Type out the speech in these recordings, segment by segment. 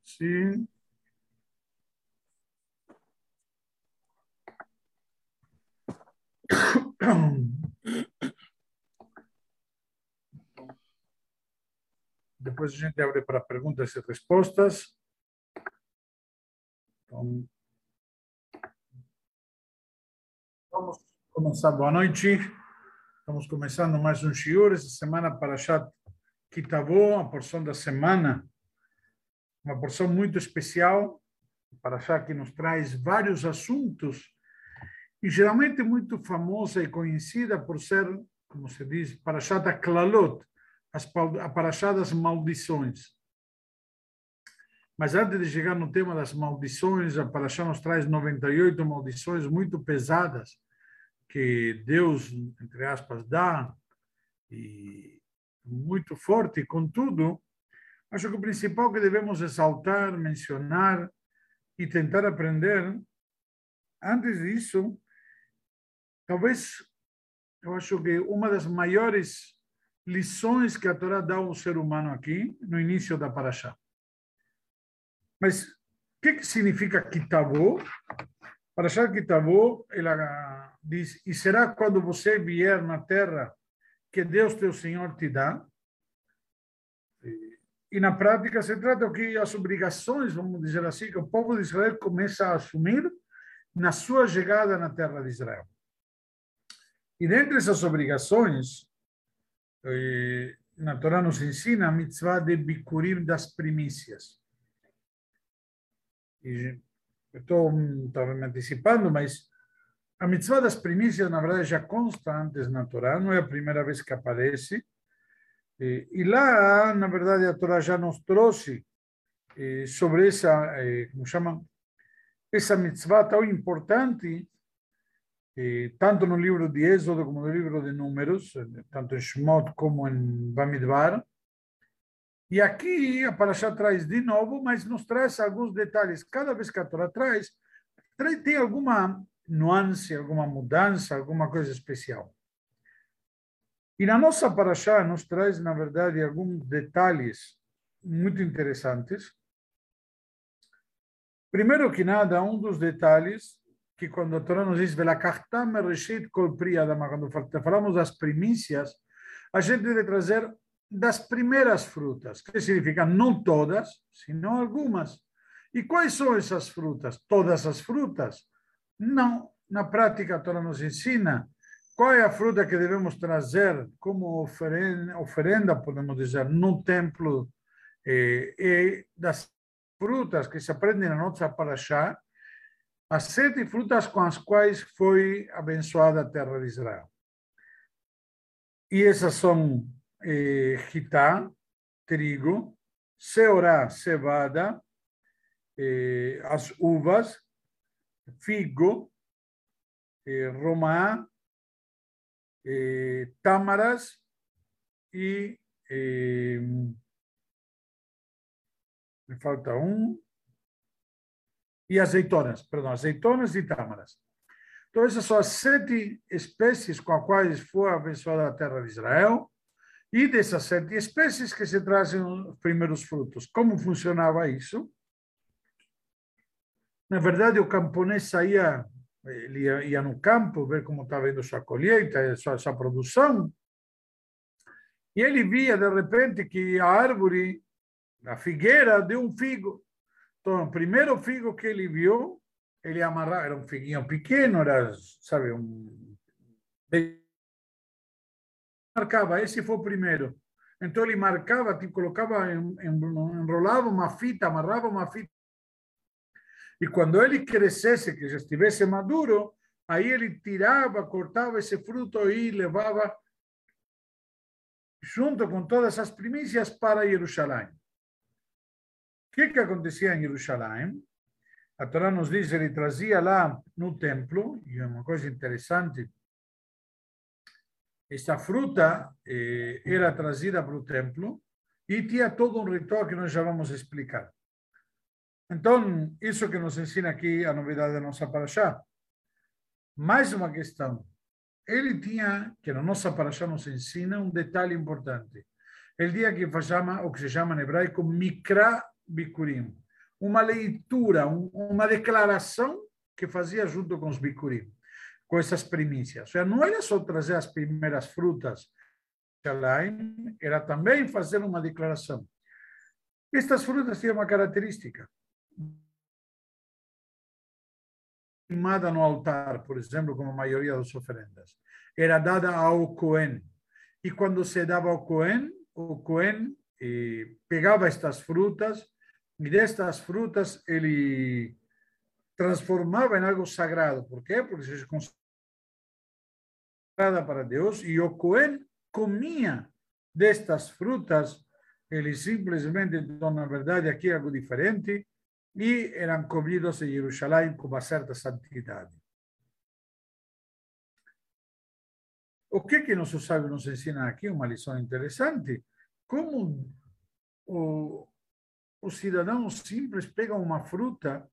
Sim. Depois a gente abre para perguntas e respostas. Então, vamos começar. Boa noite. Estamos começando mais um shiur. Essa semana Parashat Kitavó, a porção da semana. Uma porção muito especial. Parashat que nos traz vários assuntos. E geralmente muito famosa e conhecida por ser, como se diz, Parashat HaKlalot, a Parashat das maldições. Mas antes de chegar no tema das maldições, a Parashá nos traz 98 maldições muito pesadas que Deus, entre aspas, dá, e muito forte. Contudo, acho que o principal que devemos exaltar, mencionar e tentar aprender, antes disso, talvez, eu acho que uma das maiores lições que a Torá dá ao ser humano aqui, no início da Parashá. Mas o que significa Kitavó? Parashat Kitavó, ela diz, e será quando você vier na terra que Deus teu Senhor te dá. E na prática se trata que as obrigações, vamos dizer assim, que o povo de Israel começa a assumir na sua chegada na terra de Israel. E dentre essas obrigações, na Torá nos ensina a mitzvah de bikurim das primícias. E estou me antecipando, mas a mitzvah das primícias, na verdade, já consta antes na Torá, não é a primeira vez que aparece. E lá, na verdade, a Torá já nos trouxe sobre essa, como chama, essa mitzvah tão importante, tanto no livro de Êxodo como no livro de Números, tanto em Shemot como em Bamidbar. E aqui a Parashá traz de novo, mas nos traz alguns detalhes. Cada vez que a Torá traz tem alguma nuance, alguma mudança, alguma coisa especial. E na nossa Parashá nos traz, na verdade, alguns detalhes muito interessantes. Primeiro que nada, um dos detalhes, que quando a Torá nos diz quando falamos das primícias, a gente deve trazer das primeiras frutas, que significa não todas, senão algumas. E quais são essas frutas? Todas as frutas? Não. Na prática, a Torá nos ensina qual é a fruta que devemos trazer como oferenda, podemos dizer, no templo, e das frutas que se aprendem na nossa Parashá, as 7 frutas com as quais foi abençoada a terra de Israel. E essas são Hitá, trigo, Seorá, cevada, as uvas, figo, romã, tâmaras e me falta um, e azeitonas, perdão, azeitonas e tâmaras. Então, essas são as 7 espécies com as quais foi abençoada a terra de Israel, e dessas 7 espécies que se trazem os primeiros frutos. Como funcionava isso? Na verdade, o camponês saía, ele ia no campo ver como estava indo sua colheita, sua produção, e ele via, de repente, que a árvore, a figueira, deu um figo. Então, o primeiro figo que ele viu, ele amarrava, era um figuinho pequeno, era, sabe, marcava, esse foi o primeiro. Então ele marcava, tipo, colocava, enrolava uma fita, amarrava uma fita. E quando ele crescesse, que já estivesse maduro, aí ele tirava, cortava esse fruto e levava junto com todas as primícias para Jerusalém. O que acontecia em Jerusalém? A Torá nos diz, ele trazia lá no templo, e é uma coisa interessante, esta fruta era trazida para o templo e tinha todo um ritual que nós já vamos explicar. Então, isso que nos ensina aqui a novidade da nossa Parashá. Mais uma questão. Ele tinha, que na nossa Parashá nos ensina, um detalhe importante. Ele tinha que chama, o que se chama em hebraico Mikra Bikurim. uma leitura, uma declaração que fazia junto com os bicurim, com essas primícias. Ou seja, não era só trazer as primeiras frutas, era também fazer uma declaração. Estas frutas tinham uma característica. Queimada no altar, por exemplo, como a maioria das oferendas, era dada ao Cohen. E quando se dava ao Cohen, o Cohen pegava estas frutas e destas frutas ele transformava em algo sagrado. Por quê? Porque se consagrada para Deus e o Cohen comia destas frutas, ele simplesmente, então, na verdade, aqui é algo diferente, e eram comidos em Jerusalém com uma certa santidade. O que nosso sábio nos ensina aqui? Uma lição interessante. Como o cidadão simples pega uma fruta,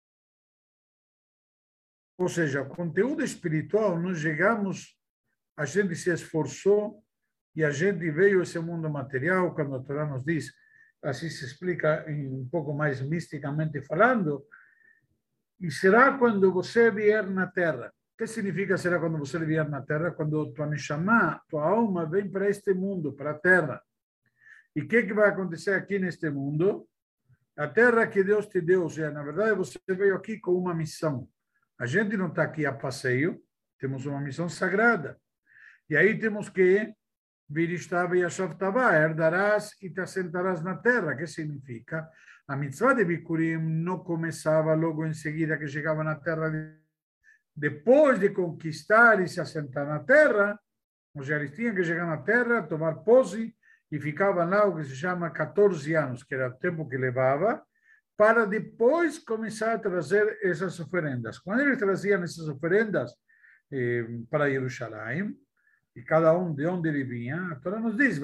ou seja, o conteúdo espiritual, nós chegamos, a gente se esforçou e a gente veio a esse mundo material, quando a Torá nos diz, assim se explica um pouco mais misticamente falando, e será quando você vier na Terra. O que significa será quando você vier na Terra? Quando tua neshama, tua alma, vem para este mundo, para a Terra. E o que vai acontecer aqui neste mundo? A Terra que Deus te deu, ou seja, na verdade você veio aqui com uma missão. A gente não está aqui a passeio, temos uma missão sagrada. E aí temos que Viristava e Ashavtava, herdarás e te assentarás na terra. Que significa? A mitzvah de Bikurim não começava logo em seguida que chegava na terra. Depois de conquistar e se assentar na terra, os eles tinham que chegar na terra, tomar posse e ficavam lá o que se chama 14 anos, que era o tempo que levava, para depois começar a trazer essas oferendas. Quando eles traziam essas oferendas para Jerusalém, e cada um de onde ele vinha, a Torá nos diz,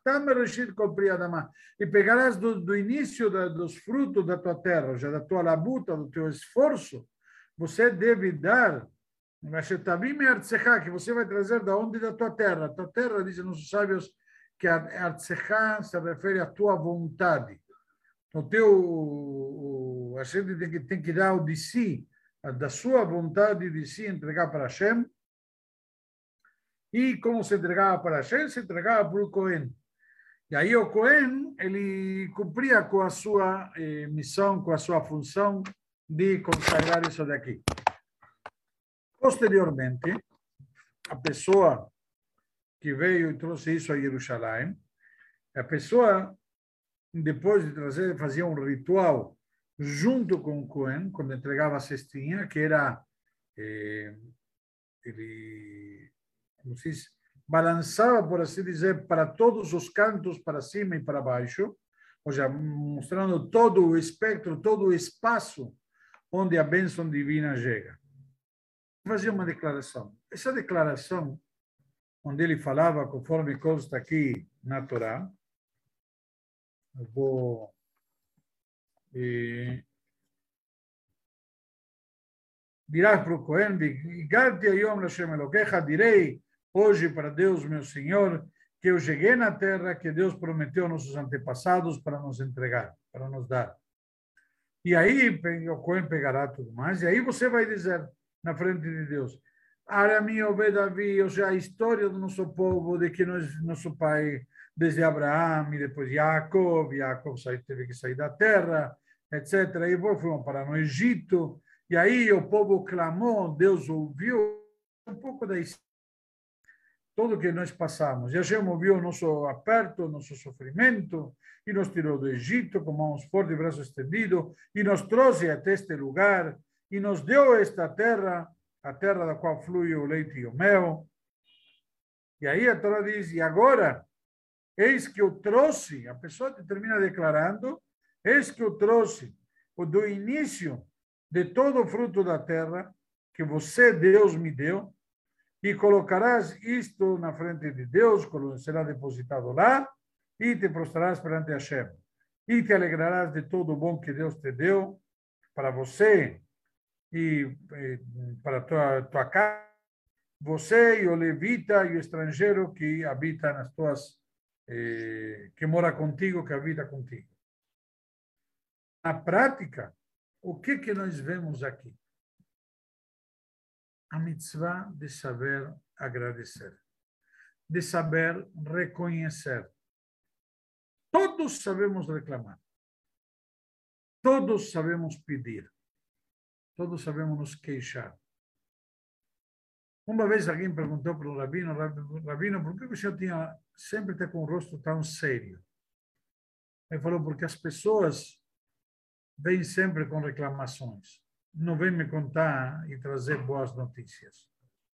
e pegarás do início dos frutos da tua terra, ou seja, da tua labuta, do teu esforço, você deve dar, que você vai trazer da onde da tua terra. A tua terra, dizem nossos sábios, que a Artsechá se refere à tua vontade. A gente tem que dar o de si, da sua vontade de si, entregar para Hashem. E como se entregava para Hashem, se entregava para o Cohen. E aí o Cohen, ele cumpria com a sua missão, com a sua função de consagrar isso daqui. Posteriormente, a pessoa que veio e trouxe isso a Jerusalém, a pessoa, depois de trazer, fazia um ritual junto com o Cohen, quando entregava a cestinha, que era ele, como se diz, balançava, por assim dizer, para todos os cantos, para cima e para baixo, ou seja, mostrando todo o espectro, todo o espaço onde a bênção divina chega. Fazia uma declaração. Essa declaração, onde ele falava, conforme consta aqui na Torá, eu vou... dirás para o Cohen, direi hoje para Deus, meu Senhor, que eu cheguei na terra que Deus prometeu aos nossos antepassados para nos entregar, para nos dar. E aí o Cohen pegará tudo mais, e aí você vai dizer na frente de Deus, Arami Davi, ou seja, a história do nosso povo, de que nosso pai, desde Abraão e depois Jacob teve que sair da terra, etc. E depois fomos para no Egito, e aí o povo clamou, Deus ouviu um pouco da história, tudo que nós passamos. E Hashem ouviu o nosso aperto, o nosso sofrimento, e nos tirou do Egito com mãos fortes e braço estendido, e nos trouxe até este lugar, e nos deu esta terra, a terra da qual flui o leite e o mel. E aí a Torá diz, e agora, eis que eu trouxe, a pessoa termina declarando, eis que eu trouxe o do início de todo o fruto da terra, que você, Deus, me deu, e colocarás isto na frente de Deus, será depositado lá, e te prostrarás perante Hashem. E te alegrarás de todo o bom que Deus te deu, para você e para tua casa, você e o levita e o estrangeiro que habita nas tuas, que mora contigo, que habita contigo. Na prática, o que nós vemos aqui? A mitzvah de saber agradecer, de saber reconhecer. Todos sabemos reclamar, todos sabemos pedir, todos sabemos nos queixar. Uma vez alguém perguntou para o Rabino, Rabino, por que o senhor sempre está com o rosto tão sério? Ele falou, porque as pessoas vêm sempre com reclamações. Não vêm me contar e trazer boas notícias.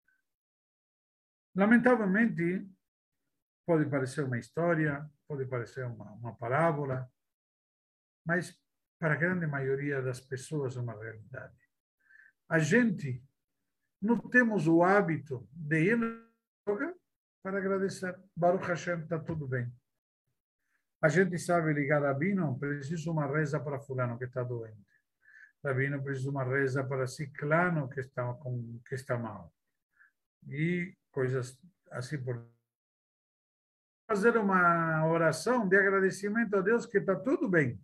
Lamentavelmente, pode parecer uma história, pode parecer uma parábola, mas para a grande maioria das pessoas é uma realidade. A gente não temos o hábito de ir para agradecer. Baruch Hashem, está tudo bem. A gente sabe ligar, Rabino, preciso uma reza para fulano que está doente. Rabino, preciso uma reza para ciclano que está mal. E coisas assim por fazer uma oração de agradecimento a Deus que está tudo bem.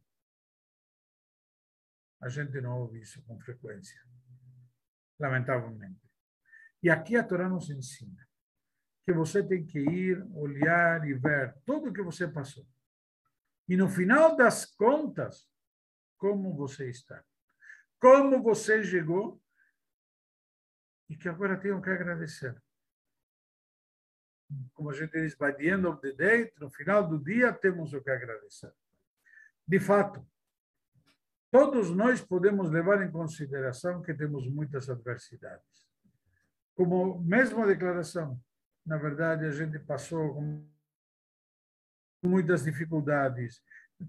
A gente não ouve isso com frequência, lamentavelmente. E aqui a Torá nos ensina que você tem que ir, olhar e ver tudo o que você passou. E no final das contas, como você está. Como você chegou e que agora tenho que agradecer. Como a gente diz, by the end of the day, no final do dia, temos o que agradecer. De fato, todos nós podemos levar em consideração que temos muitas adversidades. Como mesmo a declaração, na verdade, a gente passou com muitas dificuldades.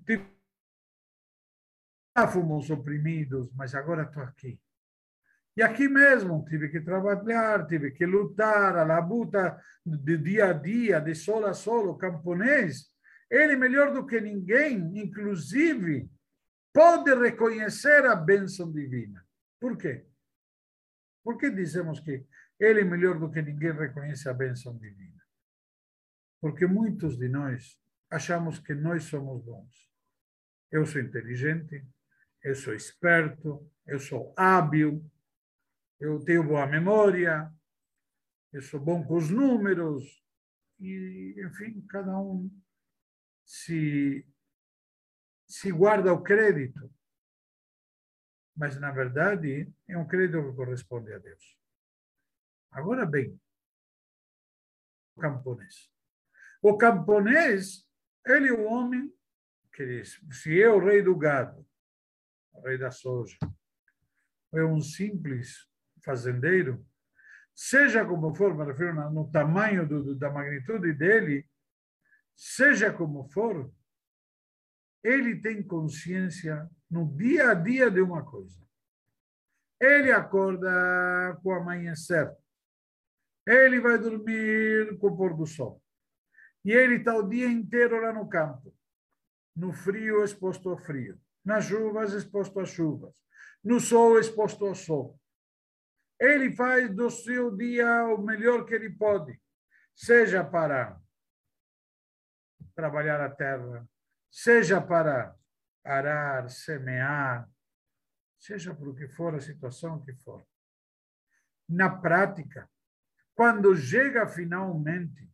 Fomos oprimidos, mas agora estou aqui. E aqui mesmo tive que trabalhar, tive que lutar, a labuta de dia a dia, de sol a sol, o camponês. Ele, melhor do que ninguém, inclusive, pode reconhecer a bênção divina. Por quê? Por que dizemos que ele, melhor do que ninguém, reconhece a bênção divina? Porque muitos de nós achamos que nós somos bons. Eu sou inteligente, eu sou esperto, eu sou hábil, eu tenho boa memória, eu sou bom com os números, e, enfim, cada um se guarda o crédito. Mas, na verdade, é um crédito que corresponde a Deus. Agora bem, o camponês. O camponês, ele é o homem que diz, se é o rei do gado, o rei da soja, é um simples fazendeiro, seja como for, me refiro no tamanho da magnitude dele, seja como for, ele tem consciência no dia a dia de uma coisa. Ele acorda com o amanhecer. Ele vai dormir com o pôr do sol. E ele está o dia inteiro lá no campo. No frio, exposto ao frio. Nas chuvas, exposto às chuvas. No sol, exposto ao sol. Ele faz do seu dia o melhor que ele pode. Seja para trabalhar a terra, seja para arar, semear, seja por o que for, a situação que for. Na prática, quando chega finalmente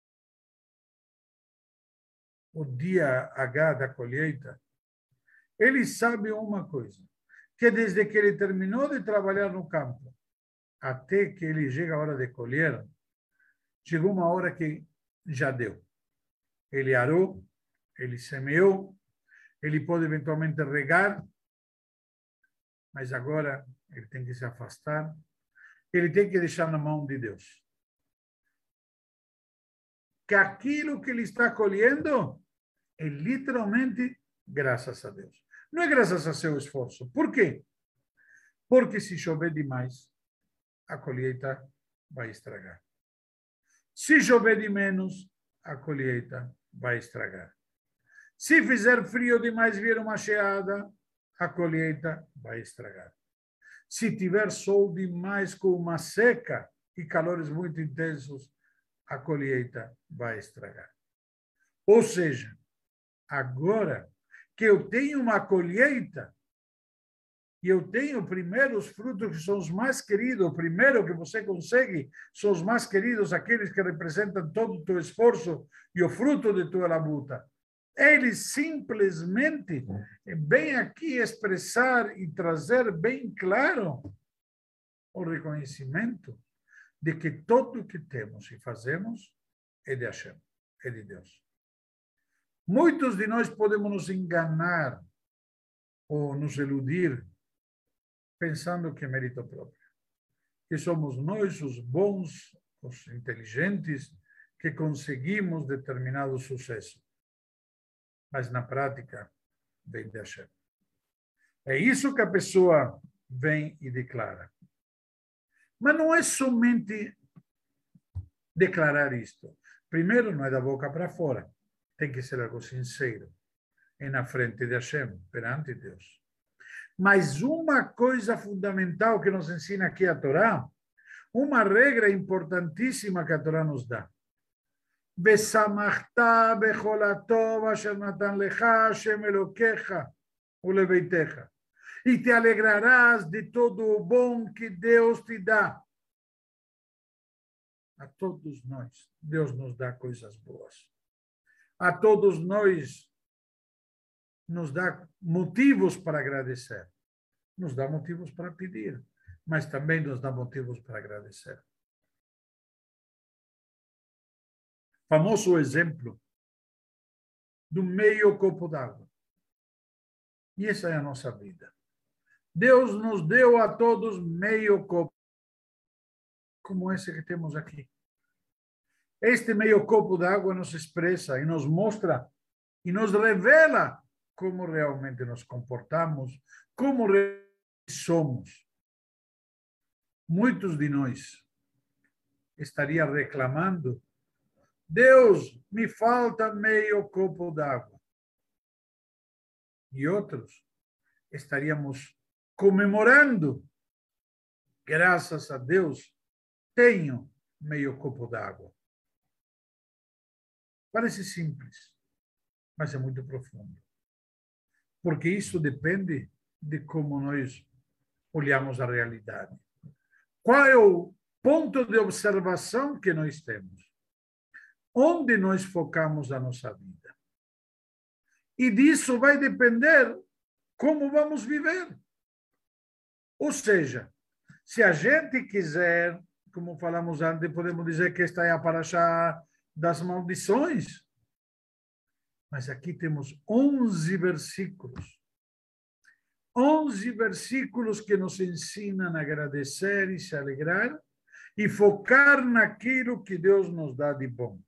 o dia H da colheita, ele sabe uma coisa, que desde que ele terminou de trabalhar no campo, até que ele chega a hora de colher, chegou uma hora que já deu. Ele arou, ele semeou, ele pode eventualmente regar, mas agora ele tem que se afastar, ele tem que deixar na mão de Deus. Que aquilo que ele está colhendo é literalmente graças a Deus. Não é graças a seu esforço. Por quê? Porque se chover demais, a colheita vai estragar. Se chover de menos, a colheita vai estragar. Se fizer frio demais, vir uma geada, a colheita vai estragar. Se tiver sol demais com uma seca e calores muito intensos, a colheita vai estragar. Ou seja, agora que eu tenho uma colheita, e eu tenho primeiro os frutos que são os mais queridos, o primeiro que você consegue são os mais queridos, aqueles que representam todo o teu esforço e o fruto de tua labuta. Ele simplesmente vem aqui expressar e trazer bem claro o reconhecimento de que tudo o que temos e fazemos é de Hashem, é de Deus. Muitos de nós podemos nos enganar ou nos iludir pensando que é mérito próprio, que somos nós os bons, os inteligentes, que conseguimos determinado sucesso. Mas na prática, vem de Hashem. É isso que a pessoa vem e declara. Mas não é somente declarar isto. Primeiro, não é da boca para fora. Tem que ser algo sincero. É na frente de Hashem, perante Deus. Mas uma coisa fundamental que nos ensina aqui a Torá, uma regra importantíssima que a Torá nos dá. Besamachta bechol hatov asher natan lecha Hashem Elokecha ulebeitecha. E te alegrarás de todo o bom que Deus te dá. A todos nós, Deus nos dá coisas boas. A todos nós, nos dá motivos para agradecer. Nos dá motivos para pedir, mas também nos dá motivos para agradecer. Famoso exemplo do meio copo d'água. E essa é a nossa vida. Deus nos deu a todos meio copo, como esse que temos aqui. Este meio copo d'água nos expressa e nos mostra e nos revela como realmente nos comportamos, como somos. Muitos de nós estariam reclamando: Deus, me falta meio copo d'água. E outros estaríamos comemorando: graças a Deus, tenho meio copo d'água. Parece simples, mas é muito profundo. Porque isso depende de como nós olhamos a realidade. Qual é o ponto de observação que nós temos? Onde nós focamos a nossa vida? E disso vai depender como vamos viver. Ou seja, se a gente quiser, como falamos antes, podemos dizer que esta é a paraxá das maldições. Mas aqui temos 11 versículos. 11 versículos que nos ensinam a agradecer e se alegrar e focar naquilo que Deus nos dá de bom.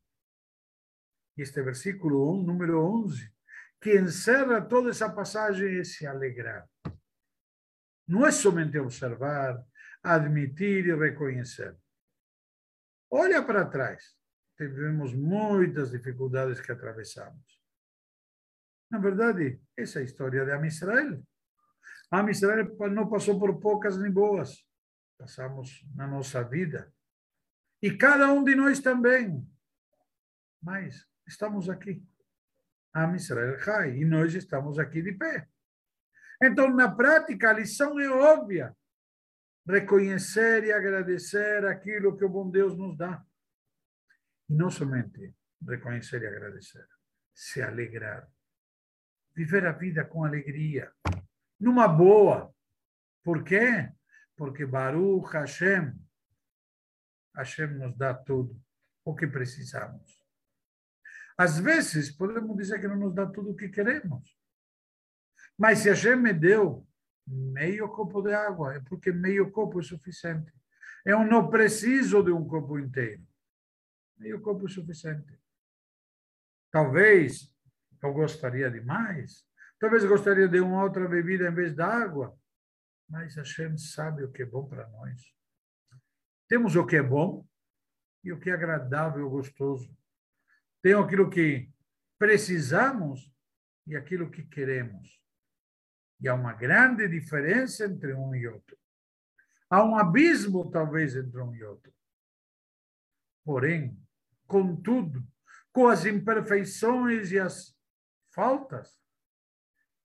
Este versículo número 11, que encerra toda essa passagem, é se alegrar. Não é somente observar, admitir e reconhecer. Olha para trás. Tivemos muitas dificuldades que atravessamos. Na verdade, essa é a história de Am Israel. Am Israel não passou por poucas nem boas. Passamos na nossa vida. E cada um de nós também. Mas estamos aqui. Am Israel Chai. E nós estamos aqui de pé. Então, na prática, a lição é óbvia. Reconhecer e agradecer aquilo que o bom Deus nos dá. E não somente reconhecer e agradecer. Se alegrar. Viver a vida com alegria. Numa boa. Por quê? Porque Baruch Hashem, Hashem nos dá tudo o que precisamos. Às vezes, podemos dizer que não nos dá tudo o que queremos. Mas se Hashem me deu meio copo de água, é porque meio copo é suficiente. Eu não preciso de um copo inteiro. Meio copo é suficiente. Talvez eu gostaria de mais. Talvez eu gostaria de uma outra bebida em vez da água. Mas Hashem sabe o que é bom para nós. Temos o que é bom e o que é agradável e gostoso. Tem aquilo que precisamos e aquilo que queremos. E há uma grande diferença entre um e outro. Há um abismo, talvez, entre um e outro. Porém, contudo, com as imperfeições e as faltas,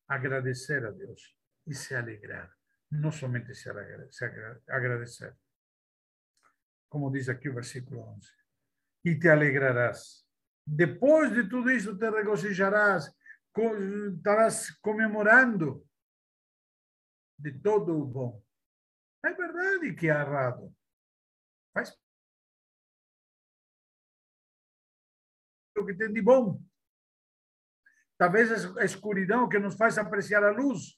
agradecer a Deus e se alegrar. Não somente se agradecer. Como diz aqui o versículo 11. E te alegrarás. Depois de tudo isso, te regozijarás, estarás comemorando de todo o bom. É verdade que é errado. Faz o que tem de bom. Talvez a escuridão que nos faz apreciar a luz.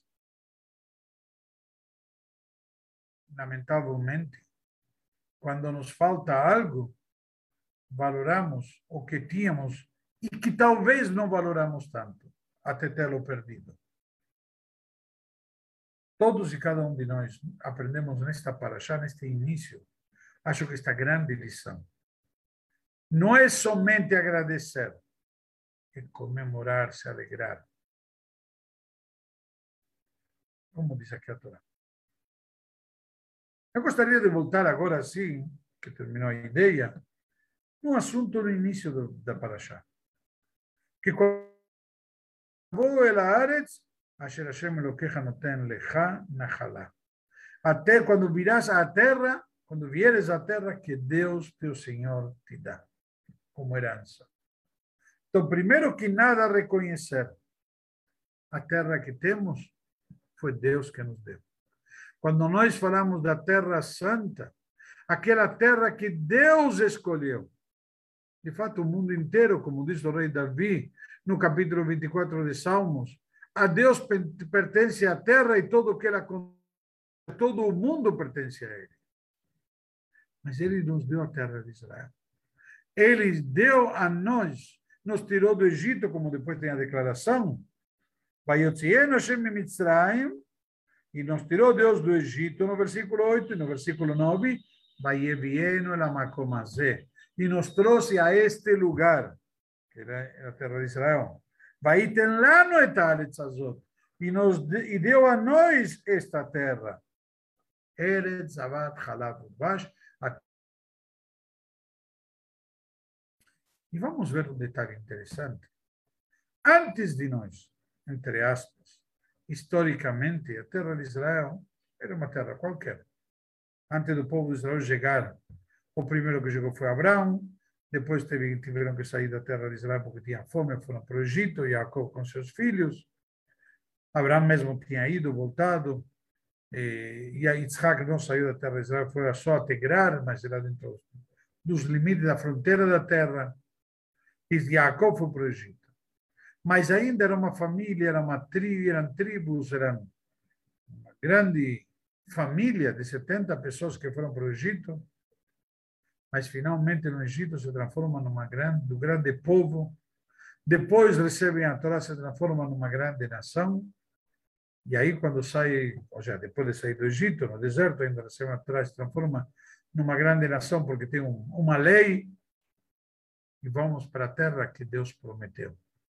Lamentavelmente, quando nos falta algo, valoramos o que tínhamos e que talvez não valoramos tanto, até tê-lo perdido. Todos e cada um de nós aprendemos nesta paraxá, neste início, acho que esta grande lição. Não é somente agradecer, é comemorar, se alegrar. Como diz aqui a Torá. Eu gostaria de voltar agora, sim, que terminou a ideia, um assunto no início da paraxá. Que quando el haaretz, asher Hashem Elokecha noten lecha nachalá. Até quando virás à terra, quando vieres à terra que Deus, teu Senhor, te dá como herança. Então, primeiro que nada, reconhecer a terra que temos foi Deus que nos deu. Quando nós falamos da terra santa, aquela terra que Deus escolheu. De fato, o mundo inteiro, como diz o rei Davi, no capítulo 24 de Salmos, a Deus pertence a terra e todo o mundo pertence a Ele. Mas Ele nos deu a terra de Israel. Ele deu a nós, nos tirou do Egito, como depois tem a declaração, Vayotzienu Hashem miMitzrayim, e nos tirou Deus do Egito, no versículo 8, e no versículo 9, Vayevienu el hamakom hazeh, e nos trouxe a este lugar, que era a terra de Israel. Vaiten lanu et haaretz hazot, e deu a nós esta terra. Eretz zavat chalav udvash. E vamos ver um detalhe interessante. Antes de nós, entre aspas, historicamente, a terra de Israel era uma terra qualquer. Antes do povo de Israel chegar, o primeiro que chegou foi Abraão, depois tiveram que sair da terra de Israel porque tinham fome, foram para o Egito, Jacó com seus filhos. Abraão mesmo tinha ido, voltado, e a Isaac não saiu da terra de Israel, foi só até Gerar, mas era dentro dos limites da fronteira da terra. E Jacó foi para o Egito. Mas ainda era uma família, eram tribos, eram uma grande família de 70 pessoas que foram para o Egito, mas finalmente no Egito se transforma num grande povo. Depois recebem a Torá, se transforma numa grande nação. E aí quando sai, ou seja, depois de sair do Egito, no deserto, ainda recebem a Torá, se transforma numa grande nação porque tem uma lei. E vamos para a terra que Deus prometeu.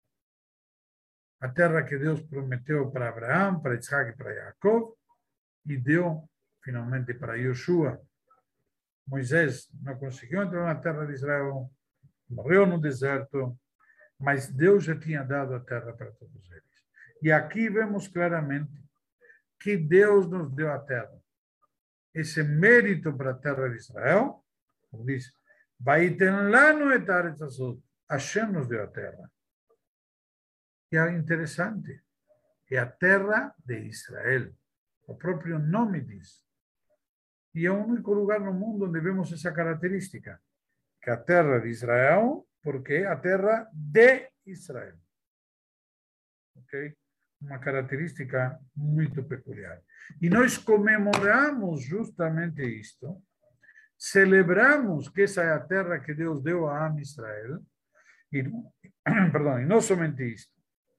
A terra que Deus prometeu para Abraão, para Isaac e para Jacó, e deu finalmente para Yoshua. Moisés não conseguiu entrar na terra de Israel, morreu no deserto, mas Deus já tinha dado a terra para todos eles. E aqui vemos claramente que Deus nos deu a terra. Esse mérito para a terra de Israel, como diz, Vaiten lanu et haaretz hazot, Hashem nos deu a terra. E é interessante, é a terra de Israel. O próprio nome diz. E é o único lugar no mundo onde vemos essa característica, que a terra de Israel, porque é a terra de Israel. Ok? Uma característica muito peculiar. E nós comemoramos justamente isto, celebramos que essa é a terra que Deus deu a Israel, e não somente isto.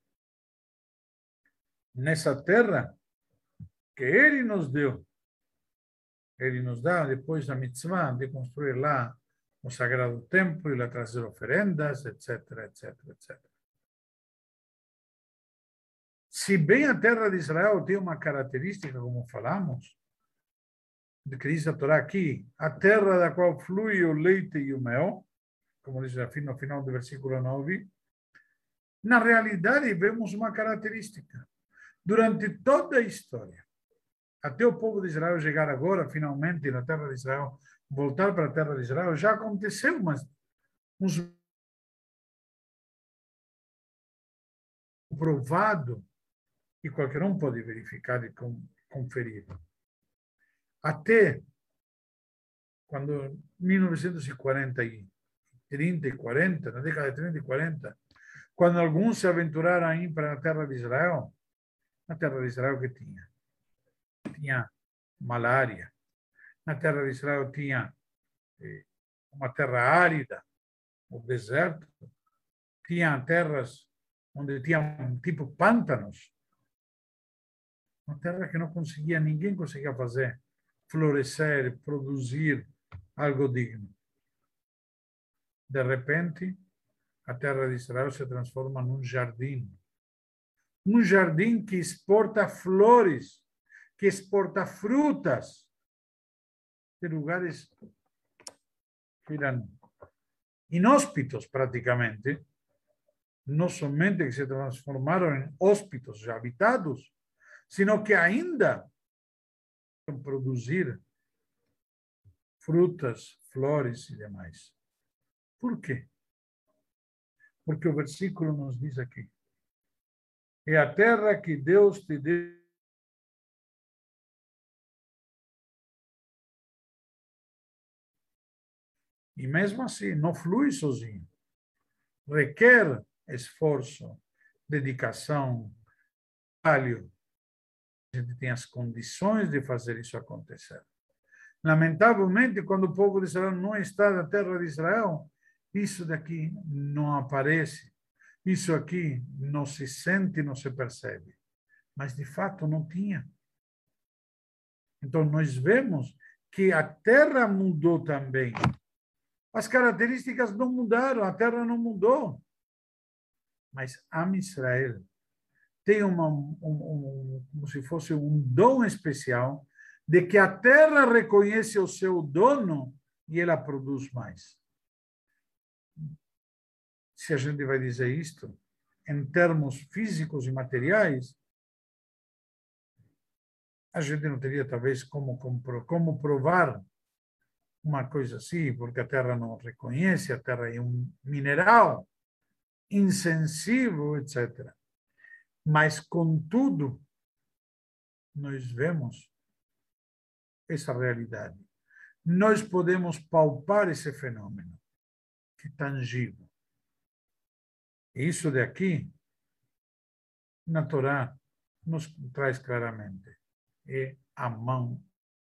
Nessa terra que Ele nos deu, Ele nos dá depois a mitzvah de construir lá o sagrado templo e lá trazer oferendas, etc, etc, etc. Se bem a terra de Israel tem uma característica, como falamos, de que diz a Torá aqui, a terra da qual flui o leite e o mel, como diz no final do versículo 9, na realidade vemos uma característica. Durante toda a história, até o povo de Israel chegar agora, finalmente, na terra de Israel, voltar para a terra de Israel, já aconteceu uns provado, e qualquer um pode verificar e conferir. Até quando 1940 e 30 e 40, na década de 30 e 40, quando alguns se aventuraram a ir para a terra de Israel, na terra de Israel que tinha? Tinha malária. Na terra de Israel tinha uma terra árida, o deserto. Tinha terras onde tinha tipo pântanos. Uma terra que não conseguia, ninguém conseguia fazer florescer, produzir algo digno. De repente, a terra de Israel se transforma num jardim. Um jardim que exporta flores, que exporta frutas, de lugares que eram inhóspitos praticamente, não somente que se transformaram em hóspitos já habitados, sino que ainda produzir frutas, flores e demais. Por quê? Porque o versículo nos diz aqui: é a terra que Deus te deu. E mesmo assim, não flui sozinho. Requer esforço, dedicação, trabalho. A gente tem as condições de fazer isso acontecer. Lamentavelmente, quando o povo de Israel não está na terra de Israel, isso daqui não aparece. Isso aqui não se sente, não se percebe. Mas, de fato, não tinha. Então, nós vemos que a terra mudou também. As características não mudaram, a terra não mudou. Mas Am Israel tem como se fosse um dom especial de que a terra reconhece o seu dono e ela produz mais. Se a gente vai dizer isto em termos físicos e materiais, a gente não teria talvez como provar uma coisa assim, porque a terra não reconhece, a terra é um mineral insensível, etc. Mas, contudo, nós vemos essa realidade. Nós podemos palpar esse fenômeno, que é tangível. E isso daqui, na Torá, nos traz claramente. É a mão.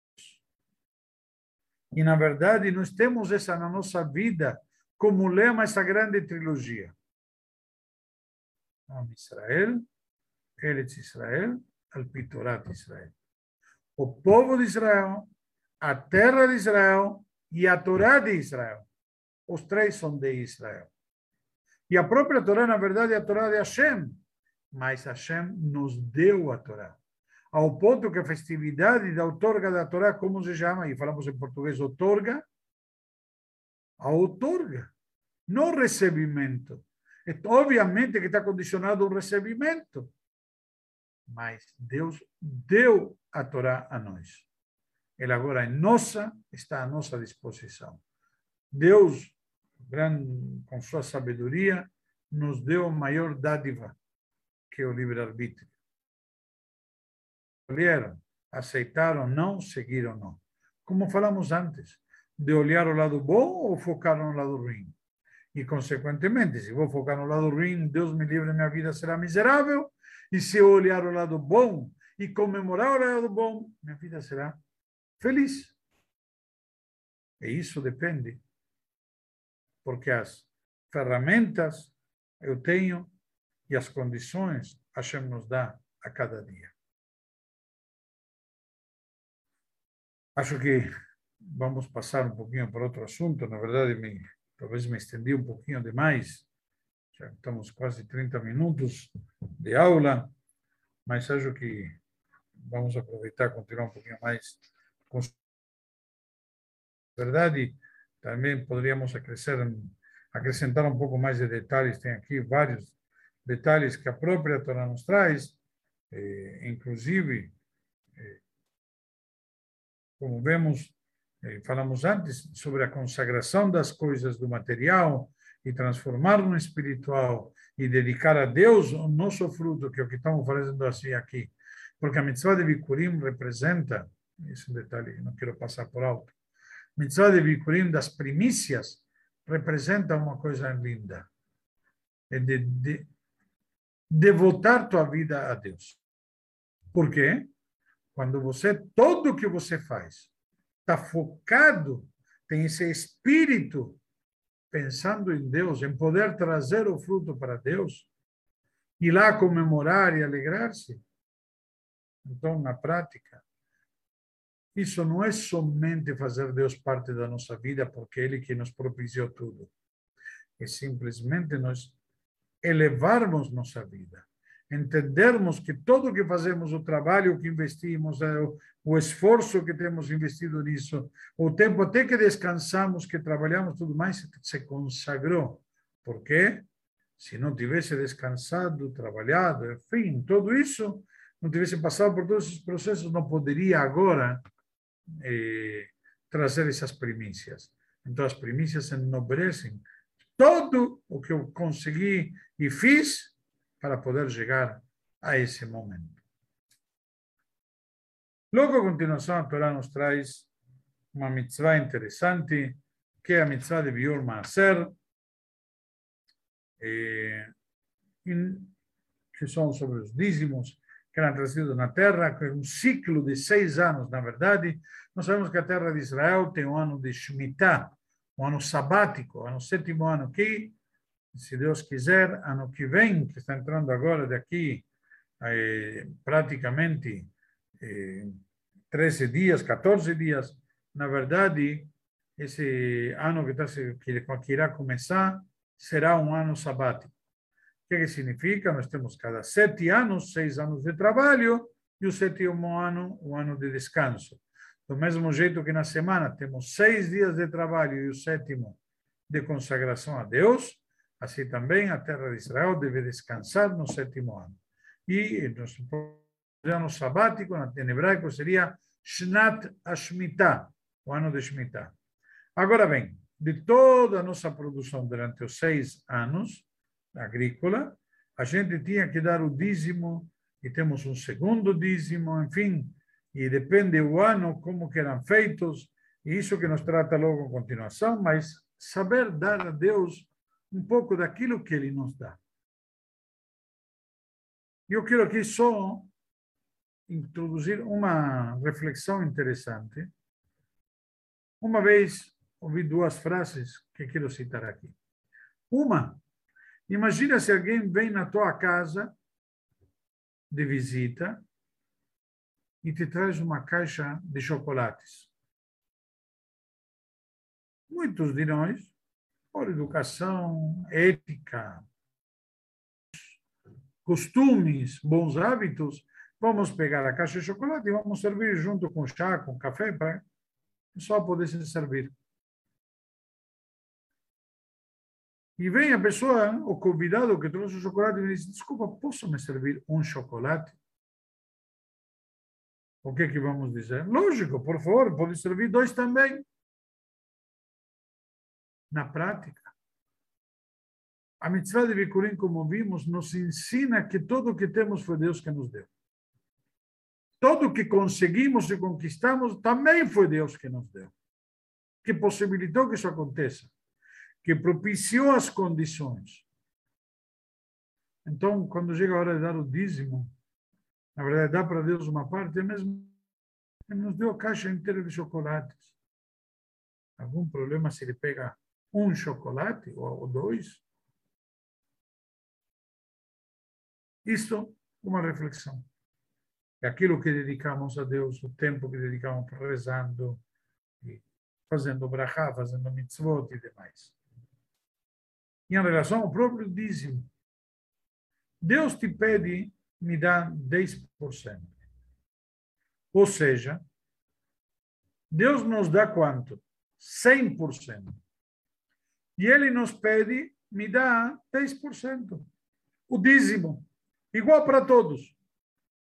E, na verdade, nós temos essa na nossa vida como lema, essa grande trilogia. Am Israel, Eretz Israel, Alpitorat Israel. O povo de Israel, a terra de Israel e a Torá de Israel. Os três são de Israel. E a própria Torá, na verdade, é a Torá de Hashem. Mas Hashem nos deu a Torá. Ao ponto que a festividade da outorga da Torá, como se chama? E falamos em português, outorga. A outorga, não recebimento. Obviamente que está condicionado ao recebimento. Mas Deus deu a Torá a nós. Ela agora é nossa, está à nossa disposição. Deus, com sua sabedoria, nos deu a maior dádiva, que é o livre-arbítrio. Escolheram, aceitaram, não, seguiram, não. Como falamos antes, de olhar o lado bom ou focar no lado ruim. E, consequentemente, se vou focar no lado ruim, Deus me livre, minha vida será miserável. E se eu olhar o lado bom e comemorar o lado bom, minha vida será feliz. E isso depende. Porque as ferramentas eu tenho e as condições Hashem nos dá a cada dia. Acho que vamos passar um pouquinho para outro assunto. Na verdade, talvez me estendi um pouquinho demais. Já estamos quase 30 minutos de aula, mas acho que vamos aproveitar e continuar um pouquinho mais. Na verdade, também poderíamos acrescentar um pouco mais de detalhes. Tem aqui vários detalhes que a própria Torá nos traz, Inclusive, como vemos, falamos antes sobre a consagração das coisas do material e transformar no espiritual e dedicar a Deus o nosso fruto, que é o que estamos fazendo assim aqui. Porque a mitzvah de Bikurim representa, esse é um detalhe que não quero passar por alto, a mitzvah de Bikurim das primícias representa uma coisa linda, é de devotar tua vida a Deus. Por quê? Quando todo o que você faz está focado, tem esse espírito pensando em Deus, em poder trazer o fruto para Deus, ir lá comemorar e alegrar-se. Então, na prática, isso não é somente fazer Deus parte da nossa vida, porque Ele que nos propiciou tudo. É simplesmente nós elevarmos nossa vida. Entendermos que tudo o que fazemos, o trabalho que investimos, o esforço que temos investido nisso, o tempo até que descansamos, que trabalhamos, tudo mais, se consagrou. Por quê? Se não tivesse descansado, trabalhado, enfim, tudo isso, não tivesse passado por todos esses processos, não poderia agora trazer essas primícias. Então, as primícias enobrecem todo o que eu consegui e fiz para poder chegar a esse momento. Logo, a continuação, a Torá nos traz uma mitzvah interessante, que é a mitzvah de Biur Maaser, que são sobre os dízimos que eram trazidos na terra, que é um ciclo de 6 anos, na verdade. Nós sabemos que a terra de Israel tem um ano de Shemitah, um ano sabático, ano 7º ano, que, se Deus quiser, ano que vem, que está entrando agora daqui, praticamente 13 dias, 14 dias, na verdade, esse ano que irá começar será um ano sabático. O que significa? Nós temos cada 7 anos, 6 anos de trabalho, e o 7º ano, um ano de descanso. Do mesmo jeito que na semana temos 6 dias de trabalho e o 7º de consagração a Deus, assim também a terra de Israel deve descansar no 7º ano. E no ano sabático, em hebraico, seria Shnat Ashmitah, o ano de Shemitah. Agora bem, de toda a nossa produção durante os 6 anos agrícola, a gente tinha que dar o dízimo, e temos um segundo dízimo, enfim, e depende do ano, como que eram feitos, e isso que nos trata logo a continuação, mas saber dar a Deus um pouco daquilo que Ele nos dá. Eu quero aqui só introduzir uma reflexão interessante. Uma vez ouvi 2 frases que quero citar aqui. Uma, imagina se alguém vem na tua casa de visita e te traz uma caixa de chocolates. Muitos de nós, por educação, ética, costumes, bons hábitos, vamos pegar a caixa de chocolate e vamos servir junto com chá, com café, para só poder se servir. E vem a pessoa, o convidado que trouxe o chocolate, e me diz: desculpa, posso me servir um chocolate? O que vamos dizer? Lógico, por favor, pode servir 2 também. Na prática, a mitzvah de Bikurim, como vimos, nos ensina que tudo o que temos foi Deus que nos deu. Tudo o que conseguimos e conquistamos também foi Deus que nos deu, que possibilitou que isso aconteça, que propiciou as condições. Então, quando chega a hora de dar o dízimo, na verdade, dá para Deus uma parte, mesmo Ele nos deu a caixa inteira de chocolates. Algum problema se ele pega um chocolate ou 2? Isso é uma reflexão. É aquilo que dedicamos a Deus, o tempo que dedicamos rezando, fazendo brachá, fazendo mitzvot e demais. E em relação ao próprio dízimo, Deus te pede, me dá 10%. Ou seja, Deus nos dá quanto? 100%. E Ele nos pede, me dá 10%. O dízimo, igual para todos.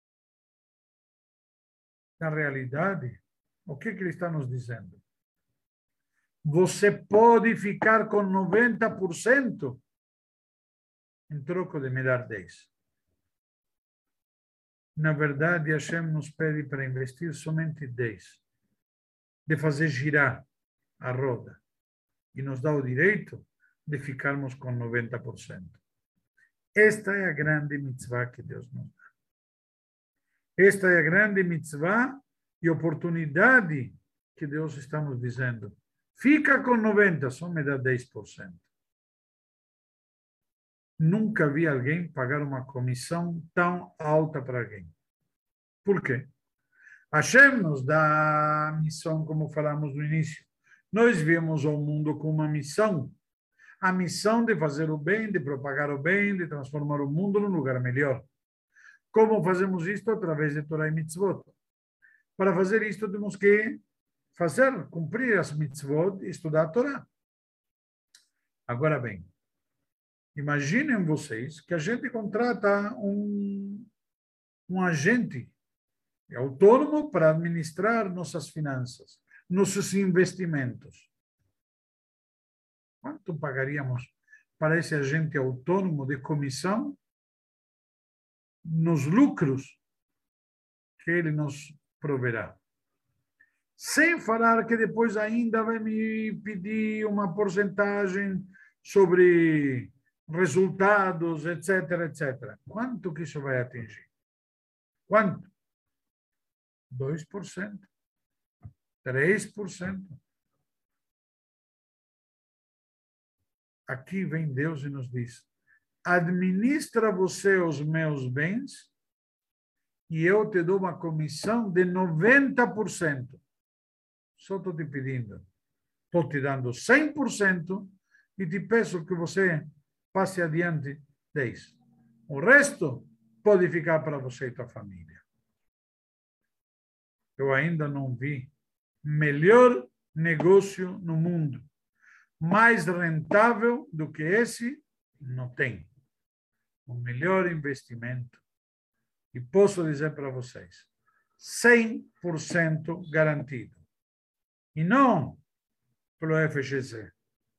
Na realidade, o que ele está nos dizendo? Você pode ficar com 90% em troco de me dar 10%. Na verdade, Hashem nos pede para investir somente 10%, de fazer girar a roda, e nos dá o direito de ficarmos com 90%. Esta é a grande mitzvah que Deus nos dá. Esta é a grande mitzvah e oportunidade que Deus está nos dizendo. Fica com 90%, só me dá 10%. Nunca vi alguém pagar uma comissão tão alta para alguém. Por quê? Hashem nos dá a missão, como falamos no início. Nós viemos ao mundo com uma missão. A missão de fazer o bem, de propagar o bem, de transformar o mundo num lugar melhor. Como fazemos isto? Através de Torah e Mitzvot. Para fazer isto, temos que cumprir as Mitzvot e estudar a Torá. Agora bem, imaginem vocês que a gente contrata um agente autônomo para administrar nossas finanças, nossos investimentos. Quanto pagaríamos para esse agente autônomo de comissão nos lucros que ele nos proverá? Sem falar que depois ainda vai me pedir uma porcentagem sobre resultados, etc, etc. Quanto que isso vai atingir? Quanto? 2%, 3%. Aqui vem Deus e nos diz: administra você os meus bens e eu te dou uma comissão de 90%. Só estou te pedindo. Estou te dando 100% e te peço que você passe adiante 10%. O resto pode ficar para você e tua família. Eu ainda não vi melhor negócio no mundo. Mais rentável do que esse, não tem. O melhor investimento. E posso dizer para vocês, 100% garantido. E não pelo FGC.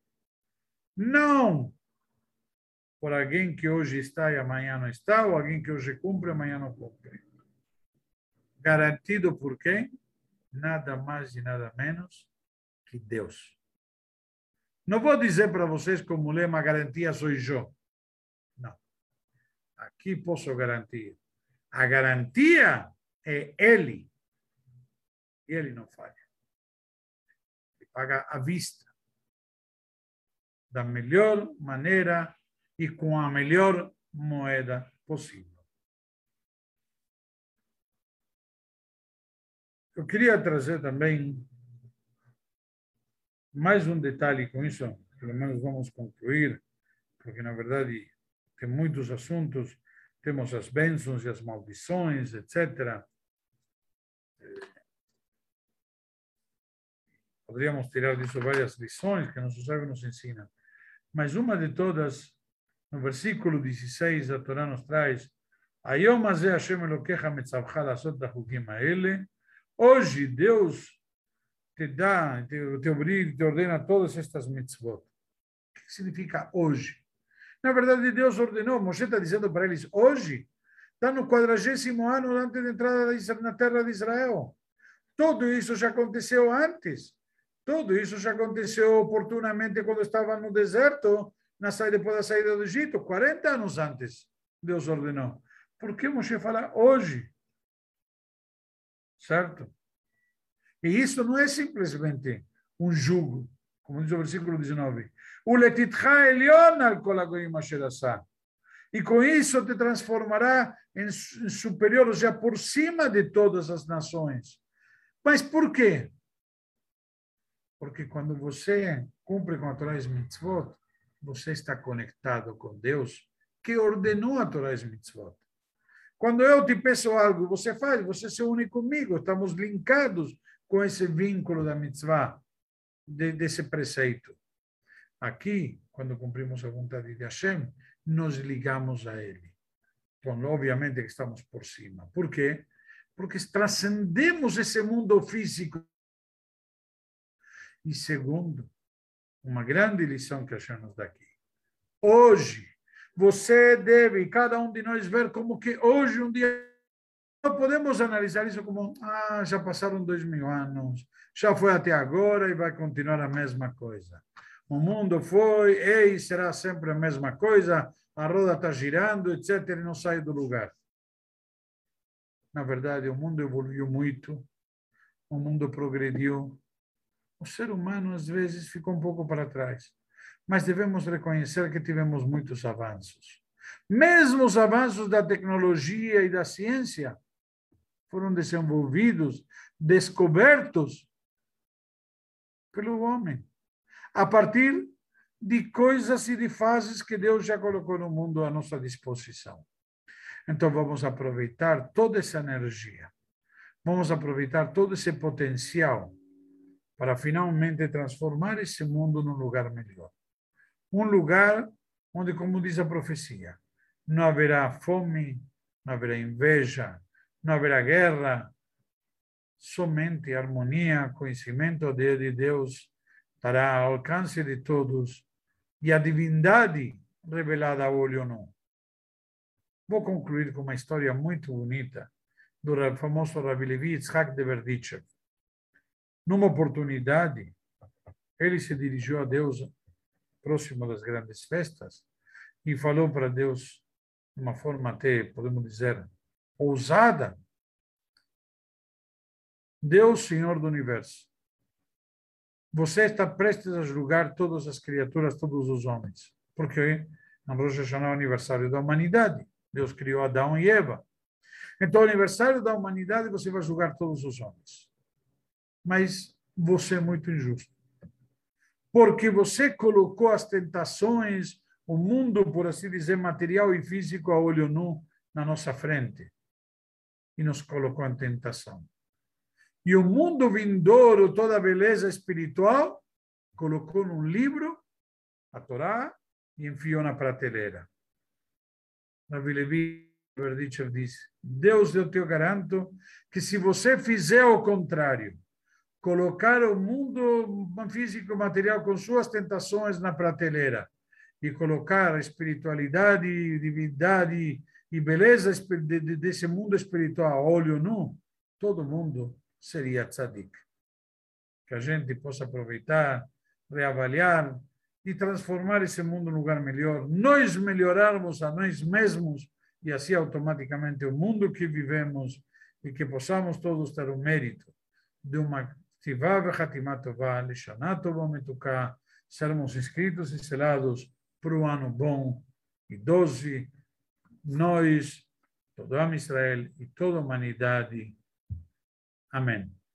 Não por alguém que hoje está e amanhã não está, ou alguém que hoje cumpre e amanhã não cumpre. Garantido por quem? Nada mais e nada menos que Deus. Não vou dizer para vocês como lema, garantia sou eu. Não. Aqui posso garantir. A garantia é Ele. E Ele não falha. Ele paga à vista. Da melhor maneira e com a melhor moeda possível. Eu queria trazer também mais um detalhe com isso, pelo menos vamos concluir, porque na verdade tem muitos assuntos, temos as bênçãos e as maldições, etc. Poderíamos tirar disso várias lições que nosso sábio nos ensina. Mas uma de todas, no versículo 16, a Torá nos traz: Ayom hazeh Hashem Elokecha metzavcha lasot lachukim haele. Hoje Deus te dá, te ordena todas estas mitzvot. O que significa hoje? Na verdade, Deus ordenou. Moshe está dizendo para eles: hoje está no 40º ano antes da entrada na terra de Israel. Tudo isso já aconteceu antes. Tudo isso já aconteceu oportunamente quando estava no deserto, depois da saída do Egito, 40 anos antes, Deus ordenou. Por que Moshe fala hoje? Certo? E isso não é simplesmente um jugo, como diz o versículo 19. E com isso te transformará em superior, ou seja, por cima de todas as nações. Mas por quê? Porque quando você cumpre com a Torá e Mitzvot, você está conectado com Deus, que ordenou a Torá e Mitzvot. Quando eu te peço algo, você faz, você se une comigo, estamos linkados com esse vínculo da Mitzvah, desse preceito. Aqui, quando cumprimos a vontade de Hashem, nos ligamos a Ele. Então, obviamente que estamos por cima. Por quê? porque transcendemos esse mundo físico. E segundo, uma grande lição que achamos daqui. Hoje, você deve, cada um de nós, ver como que hoje, um dia, não podemos analisar isso como, já passaram 2000 anos, já foi até agora e vai continuar a mesma coisa. O mundo foi, e será sempre a mesma coisa, a roda está girando, etc., e não sai do lugar. Na verdade, o mundo evoluiu muito, o mundo progrediu. O ser humano, às vezes, ficou um pouco para trás. Mas devemos reconhecer que tivemos muitos avanços. Mesmo os avanços da tecnologia e da ciência foram desenvolvidos, descobertos pelo homem, a partir de coisas e de fases que Deus já colocou no mundo à nossa disposição. Então, vamos aproveitar toda essa energia, vamos aproveitar todo esse potencial para finalmente transformar esse mundo num lugar melhor. Um lugar onde, como diz a profecia, não haverá fome, não haverá inveja, não haverá guerra, somente harmonia, conhecimento de Deus estará ao alcance de todos e a divindade revelada a olho nu. Vou concluir com uma história muito bonita do famoso Rabi Levi Yitzhak de Berdichev. Numa oportunidade, ele se dirigiu a Deus próximo das grandes festas e falou para Deus de uma forma até, podemos dizer, ousada: Deus, Senhor do Universo, você está prestes a julgar todas as criaturas, todos os homens, porque na Rosh Hashanah é o aniversário da humanidade. Deus criou Adão e Eva. Então, no aniversário da humanidade, você vai julgar todos os homens. Mas você é muito injusto. Porque você colocou as tentações, o mundo, por assim dizer, material e físico a olho nu na nossa frente. E nos colocou em tentação. E o mundo vindouro, toda a beleza espiritual, colocou num livro, a Torá, e enfiou na prateleira. Rabi Levi Berdichev diz: Deus, eu te garanto que se você fizer o contrário, colocar o mundo físico e material com suas tentações na prateleira e colocar a espiritualidade, divindade e beleza desse mundo espiritual a olho nu, todo mundo seria tzadik. Que a gente possa aproveitar, reavaliar e transformar esse mundo num lugar melhor, nós melhorarmos a nós mesmos e assim automaticamente o mundo que vivemos e que possamos todos ter o mérito de uma Tivá v'chatimá tová, lishaná tová metuká, sermos inscritos e selados para o ano bom e 12, nós, todo Am Israel e toda a humanidade. Amém.